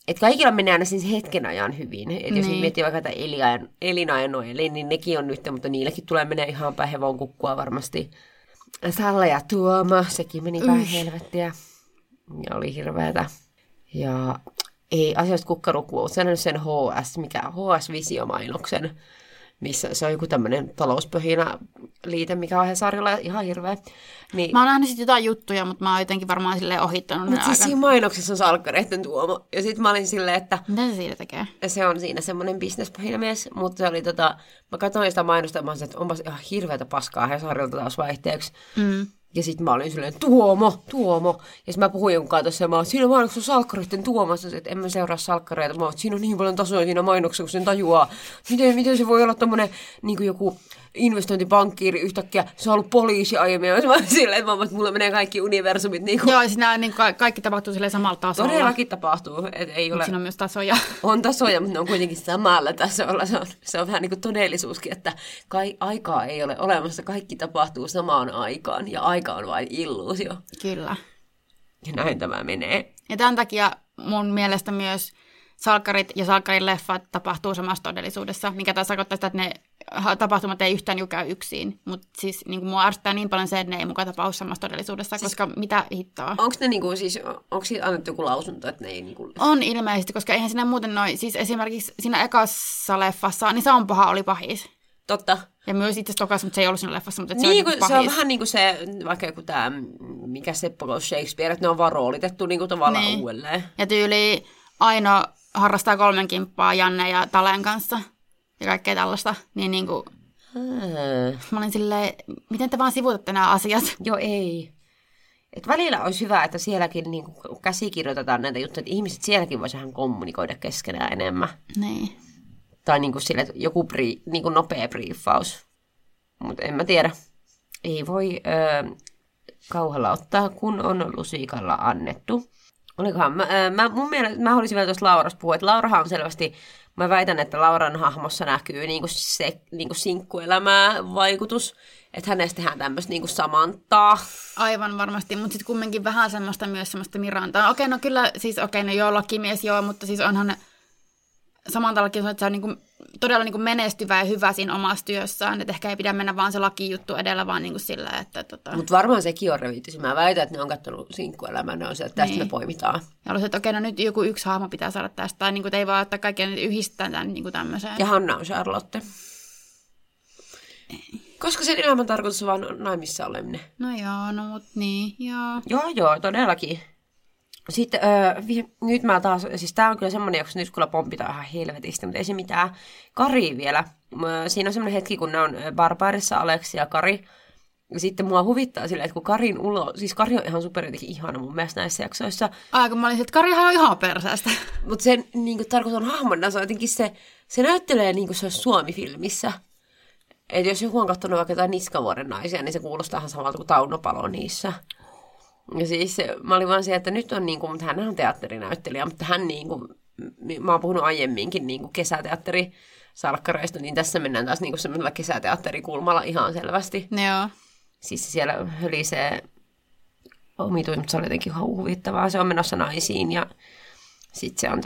että kaikilla menee aina siis hetken ajan hyvin. Että jos miettii vaikka tätä Elina ja Noeli, niin nekin on nyt, mutta niilläkin tulee menee ihan päin hevon kukkua varmasti. Salla ja Tuomo, sekin meni päin helvettiä. Ja oli hirveätä. Ja ei asioista kukkarukkuu. Se on sen HS-visiomainoksen, missä se on joku tämmöinen talouspöhinä liite, mikä on Hesarilla ihan hirveä. Niin, mä oon nähnyt sitten jotain juttuja, mutta mä oon jotenkin varmaan silleen ohittanut. Mutta siis siinä mainoksessa on salkkareiden Tuomo. Ja sitten mä olin silleen, että... Mitä se siinä tekee? Se on siinä semmoinen bisnespöhinämies, mutta se oli mä katsoin sitä mainosta ja mä olin, että onpas ihan hirveätä paskaa Hesarilta taas vaihteeksi. Ja sitten mä olin silleen, Tuomo. Ja sitten mä puhuin jonkun kanssa tuossa ja mä olin, siinä mainoksessa on salkkareiden Tuomo. Että en mä seuraa salkkareita. Mä olin, että siinä on niin paljon tasoja siinä mainoksessa, kun sen tajuaa. Miten se voi olla tommonen niin kuin joku investointipankkiiri yhtäkkiä. Se on ollut poliisi aiemmin. Ja mä olin silleen, että mulla menee kaikki universumit. Niin kuin... Joo, siis nämä niin kaikki tapahtuu silleen samalla tasolla. Todellakin tapahtuu. Ei ole... Siinä on myös tasoja. On tasoja, mutta ne on kuitenkin samalla tasolla. Se on vähän niin kuin todellisuuskin, että aikaa ei ole olemassa. Kaikki tapahtuu samaan aikaan. Ja aika on vain illuusio. Kyllä. Ja näin tämä menee. Ja tämän takia mun mielestä myös salkkarit ja salkkarin leffat tapahtuu samassa todellisuudessa, mikä taas tarkoittaa sitä, että ne tapahtumat ei yhtään käy yksin. Mutta siis niin mua ärsyttää niin paljon se, että ne ei mukaan tapahdu samassa todellisuudessa, siis, koska mitä hittoa. Onko ne niinku, siis, onko siitä annettu joku lausunto, että ne ei niinku... On ilmeisesti, koska eihän siinä muuten siis esimerkiksi siinä ekassa leffassa, niin Sampohan oli pahis. Totta. Ja myös itse asiassa mutta se ei ollut siinä leffassa, mutta niin, se, se on vähän niin kuin se, vaikka joku tämä, mikä Seppo Shakespeare, että ne on vaan roolitettu niin kuin tavallaan niin. Uudelleen. Ja tyyli Aino harrastaa 3 kimppaa Janne ja Talen kanssa ja kaikkea tällaista. Niin kuin, mä olin silleen, miten te vaan sivutatte nämä asiat? Joo, ei. Et välillä olisi hyvä, että sielläkin niin kuin käsikirjoitetaan näitä juttuja, että ihmiset sielläkin voisi vähän kommunikoida keskenään enemmän. Niin. Tai niin kuin sille, että joku niin kuin nopea briefaus. Mutta en mä tiedä. Ei voi kauhalla ottaa, kun on lusikalla annettu. Olikohan? Mun mielestä, mä haluaisin vielä tuosta Laurasta puhua, että Laurahan on selvästi, mä väitän, että Lauran hahmossa näkyy niinku se niinku sinkkuelämää vaikutus, että hänestä tehdään tämmöistä niinku Samantaa. Aivan varmasti, mutta sitten kumminkin vähän semmoista myös semmoista Mirantaa. Okei, no kyllä, siis no joo, lakimies joo, mutta siis onhan Samantallakin, että se on niinku todella niinku menestyvä ja hyvä siinä omassa työssään, että ehkä ei pidä mennä vaan se lakijuttu edellä, vaan niinku sillä, että... Mutta varmaan sekin on revitty. Mä väitän, että ne on katsonut sinkkuelämää, ne on se, että tästä niin. Me poimitaan. Ja olisi, että okei, no nyt joku yksi hahmo pitää saada tästä, tai niinku, ei vaan, että kaikkia nyt yhdistetään tämän niinku tämmöiseen. Ja Hanna on Charlotte. Ei. Koska sen elämän tarkoitus on vaan naimissa oleminen. No joo, no mut niin, joo. Joo, todellakin. Sitten nyt mä taas, siis tää on kyllä semmonen, jossa nyt kyllä pompitaan ihan helvetistä, mutta ei se mitään. Kari vielä. Siinä on semmonen hetki, kun ne on Barbaarissa, Aleksi ja Kari. Ja sitten mua huvittaa silleen, että kun Karin siis Kari on ihan super jotenkin ihana mun mielestä näissä jaksoissa. Kun mä olin, että Karihan on ihan perseestä. Mutta sen niin tarkoitan hahmona, se on jotenkin se näyttelee niin kuin se olisi Suomi-filmissä. Että jos joku on katsonut vaikka jotain Niskavuoren naisia, niin se kuulostaa ihan samalta kuin Tauno Palo niissä. Ja siis mä olin vaan se, että nyt on niin kuin, mutta hän on teatterinäyttelijä, mutta hän niin kuin, mä oon puhunut aiemminkin niin kuin kesäteatterisalkkareista, niin tässä mennään taas niin kuin semmoisella kesäteatterikulmalla ihan selvästi. Joo. Siis siellä hölisee omituin, mutta se oli jotenkin huvittavaa. Se on menossa naisiin ja sitten se on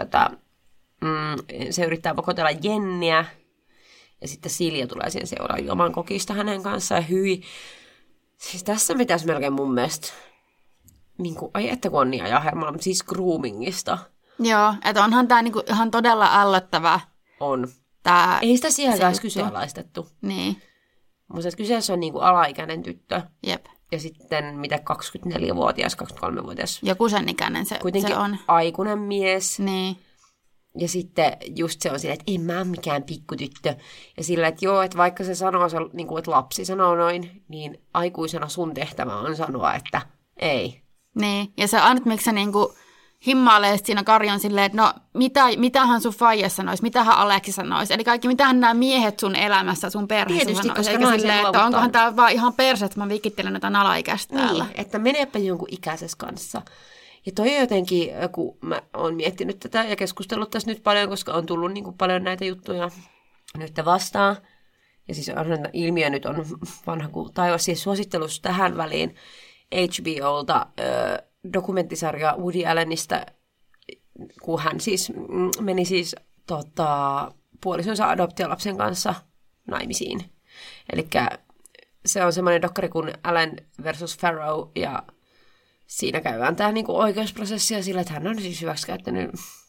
se yrittää pakotella Jenniä ja sitten Silja tulee siihen seuraan juomaan kokista hänen kanssaan ja hyi. Siis tässä pitäisi melkein mun mielestä niin kuin, ai että kun on niin ajahermalla, mutta siis groomingista. Joo, että onhan tämä niinku ihan todella ällöttävä. On. Tää ei sitä sielläkään kyseenalaistettu. Niin. Mutta kyseessä on niinku alaikäinen tyttö. Jep. Ja sitten mitä 24-vuotias, 23-vuotias. Joku sen ikäinen se on. Aikuinen mies. Niin. Ja sitten just se on silleen, että en mä ole mikään pikkutyttö. Ja sillä, että joo, että vaikka se sanoo, niin kuin, että lapsi sanoo noin, niin aikuisena sun tehtävä on sanoa, että ei. Niin, ja se ainut, miksi se niinku himmailee siinä Kari on silleen, että no mitähän sun faija sanoisi, mitähän Aleksi sanoisi. Eli kaikki, mitähän nämä miehet sun elämässä, sun perheessä tietysti, sanoisi. Koska silleen, että onkohan tää vaan ihan perse, että mä vikittelen jotain alaikäistä täällä. Niin, että meneepä jonkun ikäisessä kanssa. Ja toi jotenkin, kun mä oon miettinyt tätä ja keskustellut tässä nyt paljon, koska on tullut niin kuin paljon näitä juttuja nyt vastaan. Ja siis ilmiö nyt on vanha kuin taivas. Siis suosittelussa tähän väliin HBOlta dokumenttisarja Woody Allenista kun hän siis meni siis puolisonsa adoptiolapsen kanssa naimisiin. Eli se on semmoinen dokkari kuin Allen versus Farrow, ja siinä käydään tämä niinku oikeusprosessia sillä, että hän on siis hyväksikäyttänyt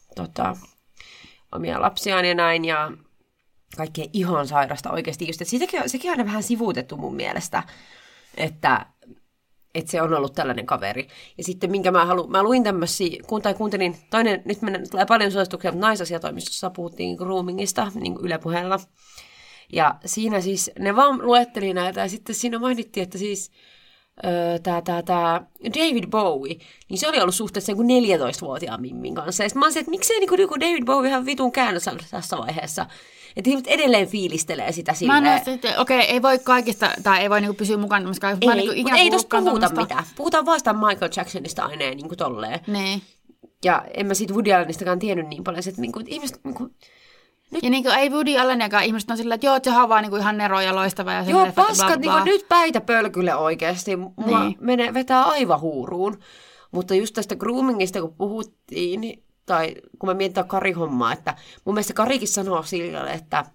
omia lapsiaan ja näin, ja kaikkea ihan sairasta oikeasti. Just, että sekin on aina vähän sivuutettu mun mielestä, että se on ollut tällainen kaveri. Ja sitten minkä mä luin tämmöisiä, kuuntelin, nyt tulee paljon suosituksia, mutta naisasiatoimistossa puhuttiin groomingista niin Yle Puheella. Ja siinä siis ne vaan luetteli näitä, ja sitten siinä mainittiin, että siis tämä David Bowie, niin se oli ollut suhteessa joku 14-vuotiaan Mimmin kanssa. Ja sitten mä olisin, että miksei niin David Bowie ihan vitun käännössä tässä vaiheessa. Että ihmiset edelleen fiilistelee sitä silleen. Mä en ole, että okei, ei voi kaikista, tai ei voi niinku pysyä mukana. Ei tosta puhuta mitään. Puhutaan vasta Michael Jacksonista aina niin kuin tolleen. Niin. Ja en mä siitä Woody Allenistakaan tiennyt niin paljon, että niinku, ihmiset... Niinku, nyt... Ja niinku, ei Woody Alleniakaan ihmiset on silleen, että joo, sehän on vaan niinku ihan nero ja loistava. Ja joo, paskat, niinku, nyt päitä pölkylle oikeasti. Mua vetää aivan huuruun. Mutta just tästä groomingista, kun puhuttiin, tai kun mä mietin Kari-hommaa, että mun mielestä Karikin sanoo sille, että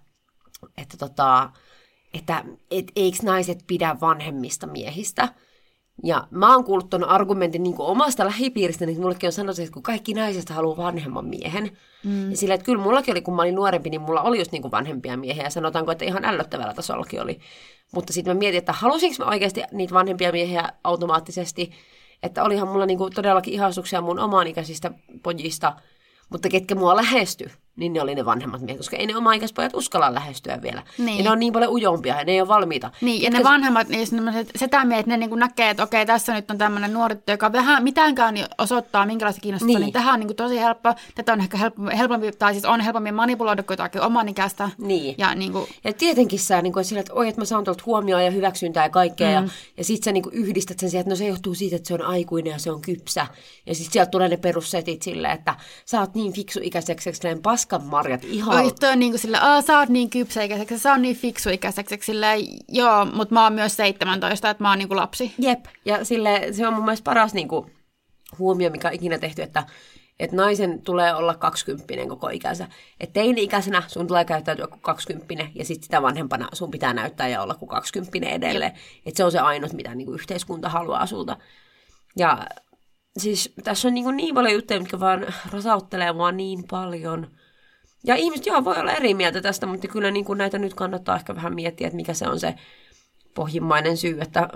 eikö naiset pidä vanhemmista miehistä. Ja mä oon kuullut ton argumentin niin omasta lähipiiristä, niin mullekin on sanottu, että kun kaikki naiset haluaa vanhemman miehen. Ja sillä, että kyllä mullakin oli, kun mä olin nuorempi, niin mulla oli just niin kuin vanhempia miehiä. Ja sanotaanko, että ihan ällöttävällä tasollakin oli. Mutta sitten mä mietin, että halusinko mä oikeasti niitä vanhempia miehiä automaattisesti. Että olihan mulla niin kuin todellakin ihastuksia mun oman-ikäisistä pojista. Mutta ketkä mua lähesty, niin ne oli ne vanhemmat miehet, koska ei ne oma-ikäiset pojat uskalla lähestyä vielä. Niin. Ja ne on niin paljon ujompia ja ne ei ole valmiita. Niin, ja ne vanhemmat, niin setämiehet, ne niin näkee, että okei, tässä nyt on tämmöinen nuori tyttö, joka vähän mitäänkään osoittaa, minkälaista kiinnostusta, niin tähän on niin tosi helppo. Tätä on ehkä helpompi, tai siis on helpommin manipuloida kuin jotakin oman ikäistä. Niin. Ja ja tietenkin sä, niin kuin, että oi, että mä saan tuolta huomioon ja hyväksyntää ja kaikkea. Ja sit sä niin kuin yhdistät sen siihen, että no se johtuu siitä, että se on aikuinen ja se on kypsä. Ja sit sieltä tulee ne perussetit silleen, että sä oot niin fiksu-ikäiseksi, paskan marjat ihan. Oi, toi on niin kuin silleen, sä oot niin kypsä-ikäiseksi, sä oot niin fiksu-ikäiseksi, silleen, joo, mutta mä oon myös 17, että mä oon niin kuin lapsi. Jep, ja silleen, se on mun mielestä paras niin kuin huomio, mikä on ikinä tehty, että naisen tulee olla 20 koko ikänsä. Että teini-ikäisenä sun tulee käyttäytyä kuin 20, ja sitten sitä vanhempana sun pitää näyttää ja olla kuin 20 edelleen. Että se on se ainut, mitä niin kuin yhteiskunta haluaa sulta. Ja siis tässä on niin paljon juttuja, mitkä vaan rasauttelee mua niin paljon. Ja ihmiset voi olla eri mieltä tästä, mutta kyllä niin kuin näitä nyt kannattaa ehkä vähän miettiä, että mikä se on se pohjimmainen syy, että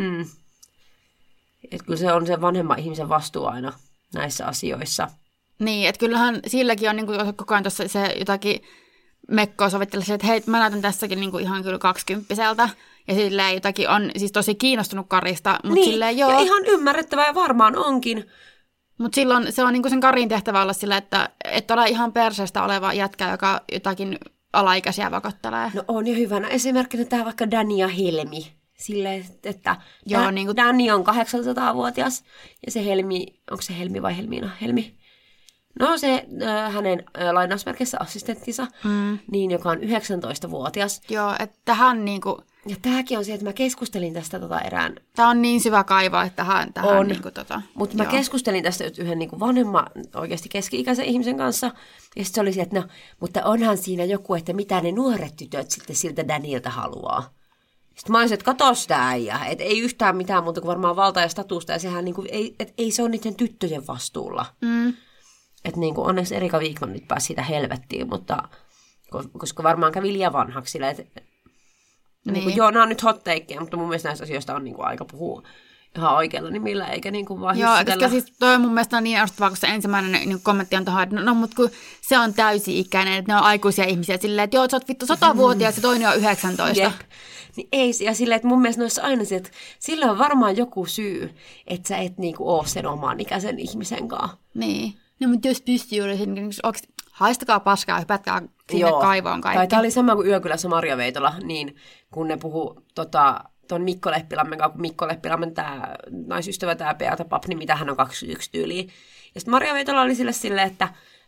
kyllä se on se vanhemman ihmisen vastuu aina näissä asioissa. Niin, että kyllähän silläkin on niin kuin koko ajan tuossa se jotakin mekkoa sovittella, että hei, mä näytän tässäkin niin kuin ihan kyllä 20-vuotiaalta. Ja silleen jotakin on siis tosi kiinnostunut Karista. Mutta niin, silleen, joo. Ja ihan ymmärrettävää ja varmaan onkin. Mutta silloin se on niinku sen Karin tehtävä olla sillä, että ole ihan perseestä oleva jätkä, joka jotakin alaikäisiä vakottelee. No on jo hyvänä esimerkkinä tämä vaikka Dani ja Helmi. Silleen, että joo, niinku... Dani on 800-vuotias ja se Helmi, onko se Helmi vai Helmiina? Helmi. No se hänen lainausmerkissä assistenttinsa, niin joka on 19-vuotias. Joo, että tähän niinku... Ja tämäkin on se, että mä keskustelin tästä erään... Tämä on niin syvä kaivo, että tähän on. Niinku mutta mä keskustelin tästä yhden niinku vanhemman oikeasti keski-ikäisen ihmisen kanssa. Ja sitten se oli se, että no, mutta onhan siinä joku, että mitä ne nuoret tytöt sitten siltä Danielta haluaa. Sitten mä olisin, että kato sitä äijää, että ei yhtään mitään muuta kuin varmaan valta ja statusta. Ja sehän niinku, ei se ole niiden tyttöjen vastuulla. Että niinku, onneksi Erika Wigman nyt pääsi siitä helvettiin, mutta koska varmaan kävi liian vanhaksi sillä, että niin. Joo, nämä on nyt hot takeja, mutta mun mielestä näistä asioista on aika puhua ihan oikealla nimillä, eikä vaan joo, koska siis toi on mun mielestä niin arvostavaa, kun se ensimmäinen kommentti on tuohon, että no mutta kun se on täysi-ikäinen, että ne on aikuisia ihmisiä silleen, että joo, sä oot vittu 100-vuotias ja toinen on 19. Jep. Niin ei, ja silleen, että mun mielestä noissa aina se, että sillä on varmaan joku syy, että sä et ole sen oman ikäisen ihmisen kanssa. Niin. No mutta jos pystyy niin haistakaa paskaa, hypätkää sinne kaivoon kaikki. Tämä oli sama kuin Yökylässä Marja Veitola, niin kun ne puhuu tuon Mikko Leppilammen kanssa, kun Mikko Leppilammen tämä naisystävä, tämä Beata Papp, niin mitä hän on 21 tyyliä. Ja sitten Marja Veitola oli silleen, että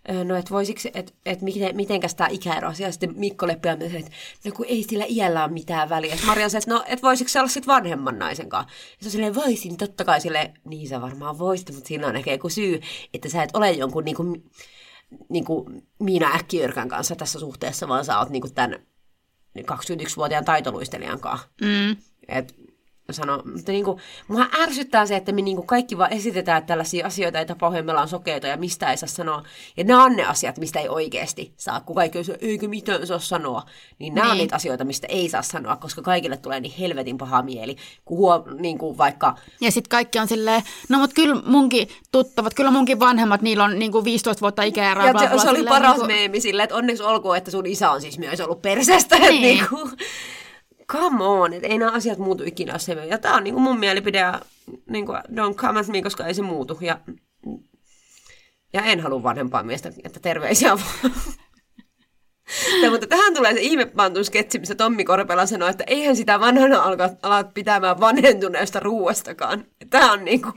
no että voisiko, että mitenkäs tämä ikäeroasia. Ja sitten Mikko Leppi on että no kun ei sillä iällä ole mitään väliä. Marja on se, että no, että voisiko se olla sitten vanhemman naisen kanssa. Ja se on silleen, voisin, totta kai silleen, niin sä varmaan voisit, mutta siinä on ehkä joku syy, että sä et ole jonkun niinku Miina Äkkiyrkän kanssa tässä suhteessa, vaan sä oot niinku tämän 21-vuotiaan taitoluistelijan kanssa. Mutta niinku, mua ärsyttää se, että me niinku kaikki vaan esitetään, että tällaisia asioita ei tapahdu, meillä on sokeita ja mistä ei saa sanoa. Ja nämä on ne asiat, mistä ei oikeasti saa, kun kaikki on se, eikö mitään saa sanoa. Niin nämä on niitä asioita, mistä ei saa sanoa, koska kaikille tulee niin helvetin paha mieli. Kun niinku vaikka... Ja sitten kaikki on silleen, no mutta kyllä munkin tuttavat, kyllä munkin vanhemmat, niillä on niinku 15 vuotta ikäeroa. Ja se oli paras meemi silleen, että onneksi olkoon, että sun isä on siis myös ollut perseestä. Niin. Come on, että ei nämä asiat muutu ikinä se. Ja tämä on niin kuin mun mielipide ja niin kuin, don't come at me, koska ei se muutu. Ja en halua vanhempaa miestä, että terveisiä vaan. Mutta tähän tulee se ihmepantun sketsi, missä Tommi Korpela sanoi, että eihän sitä vanhana ala pitämään vanhentuneesta ruuastakaan. Tämä on niin kuin...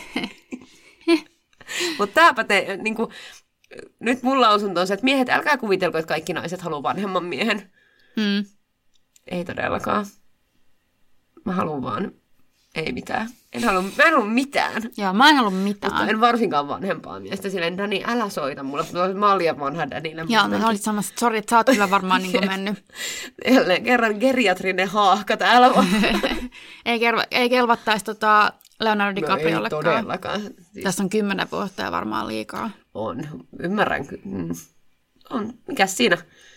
Mutta tämä pätee, niin kuin, nyt mun lausunto on se, että miehet, älkää kuvitelko, että kaikki naiset haluaa vanhemman miehen. Ei todellakaan. Mä haluan vaan, ei mitään. Mä en halua mitään. Joo, mä en halua mitään. Mutta en varsinkaan vanhempaa miestä. Silleen, Dani, älä soita mulle. Mä olin liian vanha Danille. Joo, mä olin samassa, että sori, että sä oot kyllä varmaan niin mennyt. Jälleen kerran geriatrinen haahka täällä vaan. ei kelvattaisi Leonardo DiCapriollekaan. No ei todellakaan. Siis... Tässä on 10 vuotta ja varmaan liikaa. On, ymmärrän. On, mikäs siinä?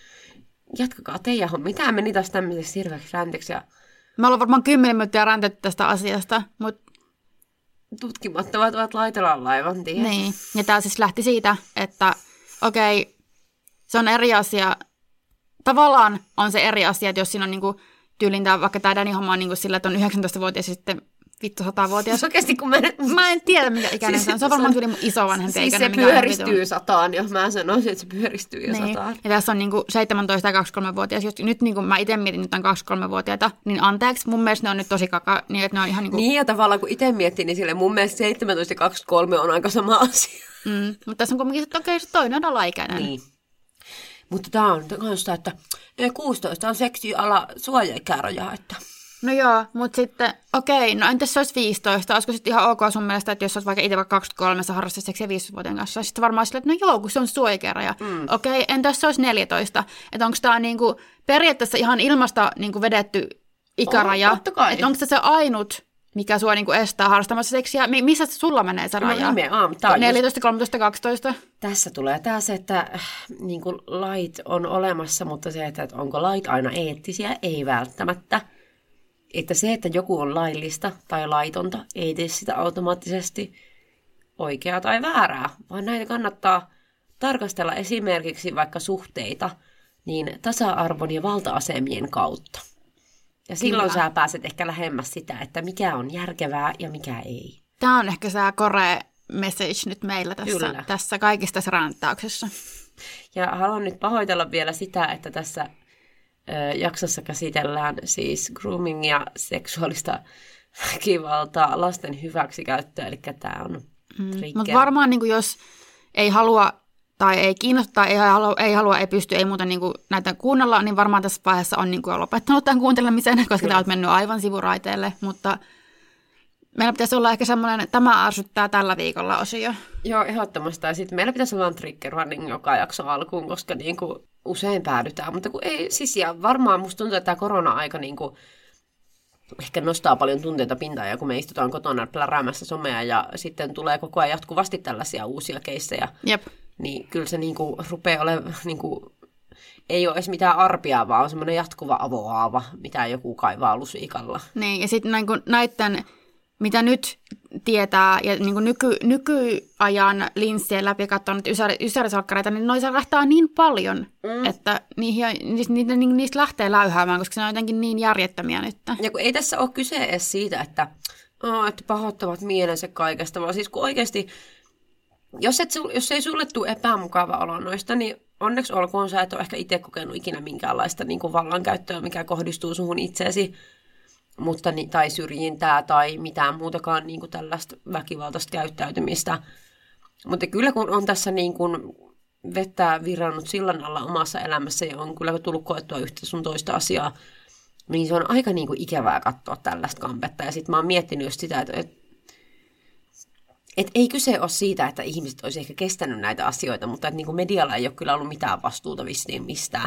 Jatkakaa teidän homma. Mitä meni taas tämmöiseksi hirveäksi räntiksi? Me ollaan varmaan 10 minuuttia räntetty tästä asiasta, mutta... Tutkimattomat ovat laitellaan laivan tien. Niin, ja tämä siis lähti siitä, että okei, se on eri asia. Tavallaan on se eri asia, että jos siinä on niinku tyylintää, vaikka tämä Dani-homma on niinku sillä, että on 19-vuotias ja sitten vittu 100-vuotias. Oikeasti, kun mä en tiedä, mikä ikäinen siis, se on varmaan tyyli mun isovanhempi. Siis se pyöristyy 100, jos mä sanoisin, että se pyöristyy jo 100. Ja tässä on niinku 17 ja 23-vuotias. Jos nyt niinku mä itse mietin, että on 23-vuotiaita, niin anteeksi, mun mielestä ne on nyt tosi kaka. Niin, että ne on ihan niinku... Niin, ja tavallaan kun itse miettii, niin sille mun mielestä 17 ja 23 on aika sama asia. Mutta tässä on kuitenkin, että okei, se toinen on alaikäinen. Niin. Mutta tämä on sitä, että 16 on seksiala suoja-ikäraja, että... No joo, mutta sitten, okei, no entäs se olisi 15? Olisiko sitten ihan ok sun mielestä, että jos olisi vaikka itse vaikka 23, sä harrastat seksiä 15-vuotiaan kanssa, sitten varmaan silleen, että no joo, kun se on suojakerraja. Okei, entäs se olisi 14? Että onko tämä niinku periaatteessa ihan ilmasta niinku vedetty ikäraja? Että onko se ainut, mikä sua niinku estää harrastamassa seksiä? Missä sulla menee se raja? 14, 13, 12? Tässä tulee tämä se, että niinku lait on olemassa, mutta se, että onko lait aina eettisiä, ei välttämättä. Että se, että joku on laillista tai laitonta, ei tee sitä automaattisesti oikeaa tai väärää, vaan näitä kannattaa tarkastella esimerkiksi vaikka suhteita niin tasa-arvon ja valta-asemien kautta. Ja silloin sä pääset ehkä lähemmäs sitä, että mikä on järkevää ja mikä ei. Tämä on ehkä se core message nyt meillä tässä kaikissa tässä ranttauksessa. Ja haluan nyt pahoitella vielä sitä, että tässä jaksossa käsitellään siis groomingia, seksuaalista väkivaltaa, lasten hyväksikäyttöä, eli tämä on trigger. Mutta varmaan niin jos ei halua tai ei kiinnosta, ei halua, ei pysty, ei muuta niin näitä kuunnella, niin varmaan tässä vaiheessa on niin lopettanut tämän kuuntelemisen, koska tämä on mennyt aivan sivuraiteelle, mutta meillä pitäisi olla ehkä semmoinen, tämä ärsyttää tällä viikolla osio. Joo, ehdottomasti. Ja sitten meillä pitäisi olla trigger warning joka jakso alkuun, koska niin kuin usein päädytään. Mutta kun ei, siis ja varmaan musta tuntuu, että tämä korona-aika niin kuin ehkä nostaa paljon tunteita pintaan, ja kun me istutaan kotona pläräämässä somea, ja sitten tulee koko ajan jatkuvasti tällaisia uusia keissejä, niin kyllä se niin kuin rupeaa olemaan, niin kuin, ei ole edes mitään arpia, vaan on semmoinen jatkuva avoaava, mitä joku kaivaa lusiikalla. Niin, ja sitten näiden mitä nyt tietää, ja niin kuin nykyajan linssien läpi katsonut ysärisalkkareita, niin noissa lähtee niin paljon, että niistä lähtee läyhäämään, koska se on jotenkin niin järjettömiä nyt. Ja kun ei tässä ole kyse edes siitä, että pahoittavat mielensä kaikesta, vaan siis kun oikeasti, jos ei sulle tule epämukava olo noista, niin onneksi olkoon sä et ole ehkä itse kokenut ikinä minkäänlaista niin kuin vallankäyttöä, mikä kohdistuu suhun itseesi. Tai syrjintää tai mitään muutakaan niin kuin tällaista väkivaltaista käyttäytymistä. Mutta kyllä kun on tässä niin kuin vettä virrannut sillan alla omassa elämässä ja on kyllä tullut koettua yhtä sun toista asiaa, niin se on aika niin kuin ikävää katsoa tällaista kampetta. Ja sitten mä oon miettinyt just sitä, että ei kyse ole siitä, että ihmiset olisi ehkä kestänyt näitä asioita, mutta että niin kuin medialla ei ole kyllä ollut mitään vastuuta vissiin mistään.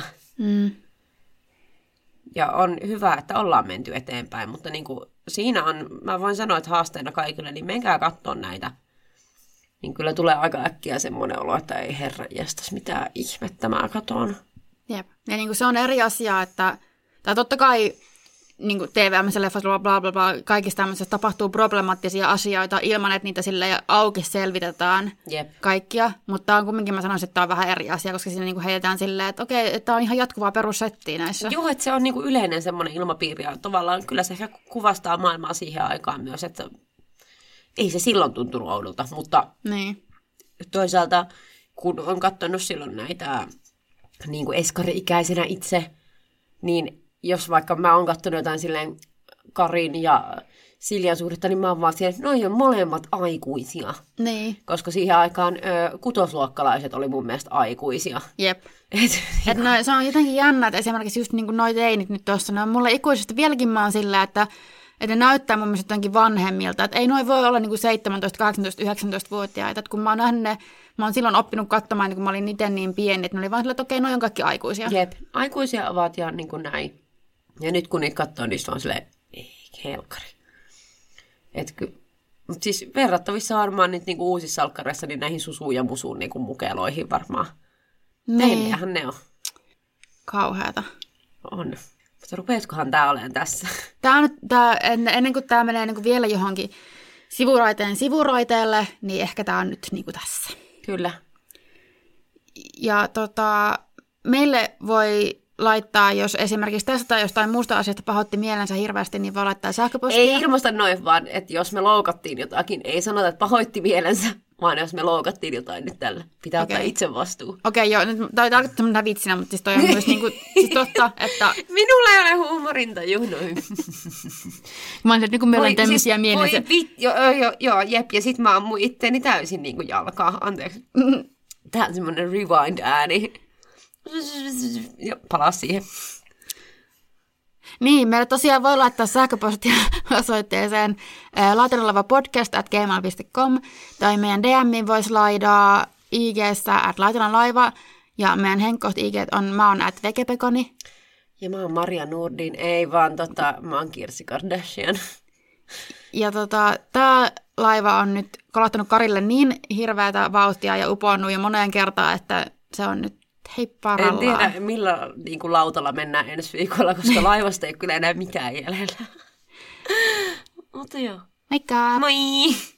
Ja on hyvä, että ollaan menty eteenpäin, mutta niin kuin siinä on, mä voin sanoa, että haasteena kaikille, niin menkää katsoa näitä. Niin kyllä tulee aika äkkiä semmoinen olo, että ei herra jästäs mitään ihmettä mä katon. Jep. Ja niin kuin se on eri asia, että tai totta kai niin kuin TVM-leffat, bla bla bla, kaikista tämmöisistä tapahtuu problemaattisia asioita ilman, että niitä sille auki selvitetään kaikkia. Mutta on kumminkin mä sanoisin, että tämä on vähän eri asia, koska siinä niin kuin heitetään silleen, että okei, tämä on ihan jatkuvaa perussettiä näissä. Joo, että se on niin kuin yleinen semmoinen ilmapiiri ja tavallaan kyllä se ehkä kuvastaa maailmaa siihen aikaan myös, että ei se silloin tuntunut oudolta, mutta niin. Toisaalta kun on katsonut silloin näitä niin kuin eskari-ikäisenä itse, niin jos vaikka mä oon katsonut jotain silleen Karin ja Siljan suhdetta, niin mä oon vaan siellä, että noi on molemmat aikuisia. Niin. Koska siihen aikaan kutosluokkalaiset oli mun mielestä aikuisia. Jep. Se on jotenkin jännä, että esimerkiksi just niin kuin noi teinit nyt tuossa, ne on mulle ikuisesti vieläkin mä oon sillä, että ne näyttää mun mielestä jotenkin vanhemmilta. Että ei noi voi olla niin kuin 17, 18, 19-vuotiaita. Että kun mä oon nähnyt ne, mä oon silloin oppinut katsomaan, niin kun mä olin itse niin pieni, että ne oli vaan sillä, että okei, noi on kaikki aikuisia. Jep, aikuisia ovat ja niin kuin näin. Ja nyt kun niitä katsoo, niin se on silleen, ei helkkari. Mutta siis verrattavissa varmaan nyt niinku uusissa salkkareissa niin näihin susuun ja musuun niinku mukeloihin varmaan. Teillehän ne on. Kauheata. On. Mutta rupeatkohan tää olemaan tässä? Ennen kuin tää menee niinku vielä johonkin sivuraiteelle, niin ehkä tää on nyt niinku tässä. Kyllä. Ja meille voi laittaa, jos esimerkiksi tästä tai jostain muusta asiasta pahoitti mielensä hirveästi, niin voi laittaa sähköpostia. Ei ilmoista noin, vaan että jos me loukattiin jotakin, ei sanota, että pahoitti mielensä, vaan jos me loukattiin jotain nyt tällä. Pitää ottaa itse vastuu. Okei, joo, nyt toi tarkoittaa tämmöinen vitsinä, mutta siis toi on myös niinku, siis totta, että minulla ei ole huumorintaju, noin. Mä oon niin kuin meillä on tämmöisiä mielensä. Joo, jep, ja sit mä ammun itteeni täysin niin kuin jalkaa, anteeksi. Tää on semmoinen rewind-ääni. Ja palaa siihen. Niin, meille tosiaan voi laittaa sähköpostia osoitteeseen laiteranlaivapodcast@gmail.com tai meidän DM:iin voisi laidaa IG:ssä @laiteranlaiva ja meidän henkkoht IG mä oon @vegepekoni. Ja mä oon Maria Nordin, ei vaan mä oon Kirsi Kardashian. Ja tää laiva on nyt kolahtanut Karille niin hirveätä vauhtia ja uponnut jo moneen kertaan, että se on nyt heipparallaan. En tiedä, millä niin kuin lautalla mennään ensi viikolla, koska laivasta ei kyllä enää mitään jäljellä. Mutta joo. Moikka! Moi!